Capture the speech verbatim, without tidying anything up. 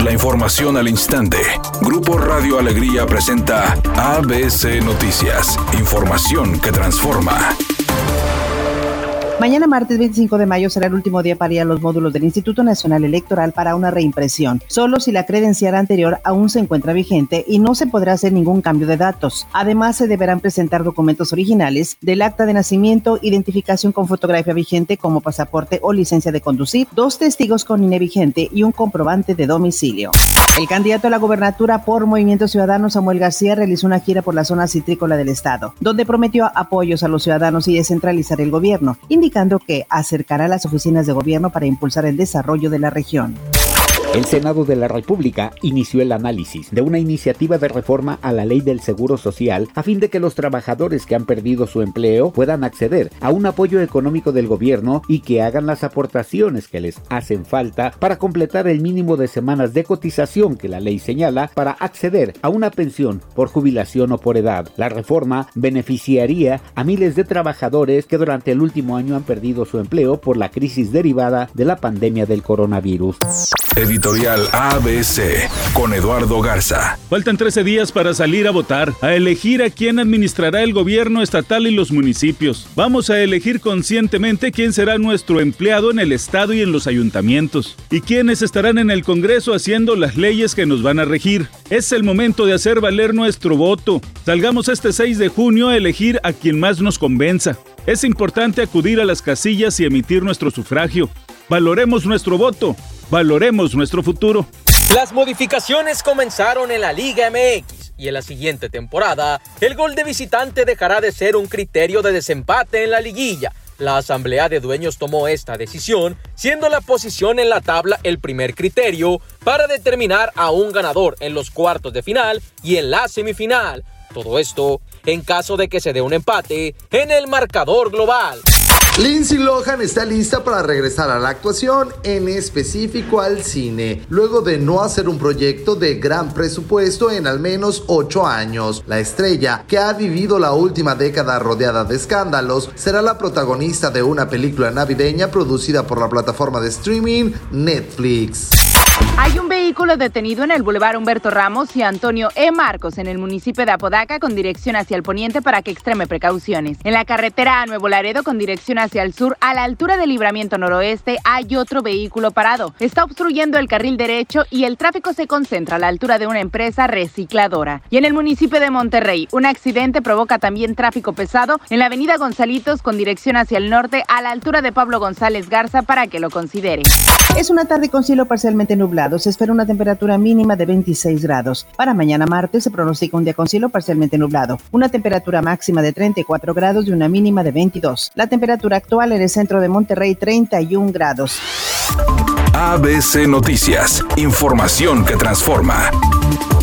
La información al instante. Grupo Radio Alegría presenta A B C Noticias. Información que transforma. Mañana martes veinticinco de mayo será el último día para ir a los módulos del Instituto Nacional Electoral para una reimpresión, solo si la credencial anterior aún se encuentra vigente y no se podrá hacer ningún cambio de datos. Además, se deberán presentar documentos originales del acta de nacimiento, identificación con fotografía vigente como pasaporte o licencia de conducir, dos testigos con I N E vigente y un comprobante de domicilio. El candidato a la gobernatura por Movimiento Ciudadano, Samuel García, realizó una gira por la zona citrícola del estado, donde prometió apoyos a los ciudadanos y descentralizar el gobierno, indicando que acercará las oficinas de gobierno para impulsar el desarrollo de la región. El Senado de la República inició el análisis de una iniciativa de reforma a la Ley del Seguro Social a fin de que los trabajadores que han perdido su empleo puedan acceder a un apoyo económico del gobierno y que hagan las aportaciones que les hacen falta para completar el mínimo de semanas de cotización que la ley señala para acceder a una pensión por jubilación o por edad. La reforma beneficiaría a miles de trabajadores que durante el último año han perdido su empleo por la crisis derivada de la pandemia del coronavirus. Editorial A B C con Eduardo Garza. Faltan trece días para salir a votar, a elegir a quién administrará el gobierno estatal y los municipios. Vamos a elegir conscientemente quién será nuestro empleado en el estado y en los ayuntamientos, y quiénes estarán en el Congreso haciendo las leyes que nos van a regir. Es el momento de hacer valer nuestro voto. Salgamos este seis de junio a elegir a quien más nos convenza. Es importante acudir a las casillas y emitir nuestro sufragio. Valoremos nuestro voto. Valoremos nuestro futuro. Las modificaciones comenzaron en la Liga M X y en la siguiente temporada, el gol de visitante dejará de ser un criterio de desempate en la liguilla. La Asamblea de Dueños tomó esta decisión, siendo la posición en la tabla el primer criterio para determinar a un ganador en los cuartos de final y en la semifinal. Todo esto en caso de que se dé un empate en el marcador global. Lindsay Lohan está lista para regresar a la actuación, en específico al cine, luego de no hacer un proyecto de gran presupuesto en al menos ocho años. La estrella, que ha vivido la última década rodeada de escándalos, será la protagonista de una película navideña producida por la plataforma de streaming Netflix. Hay un vehículo detenido en el Boulevard Humberto Ramos y Antonio E. Marcos en el municipio de Apodaca con dirección hacia el poniente para que extreme precauciones. En la carretera a Nuevo Laredo con dirección hacia el sur, a la altura del Libramiento Noroeste, hay otro vehículo parado. Está obstruyendo el carril derecho y el tráfico se concentra a la altura de una empresa recicladora. Y en el municipio de Monterrey, un accidente provoca también tráfico pesado en la avenida Gonzalitos con dirección hacia el norte, a la altura de Pablo González Garza, para que lo considere. Es una tarde con cielo parcialmente nublado. Se espera una temperatura mínima de veintiséis grados. Para mañana martes se pronostica un día con cielo parcialmente nublado. Una temperatura máxima de treinta y cuatro grados y una mínima de veintidós. La temperatura actual en el centro de Monterrey, treinta y un grados. A B C Noticias. Información que transforma.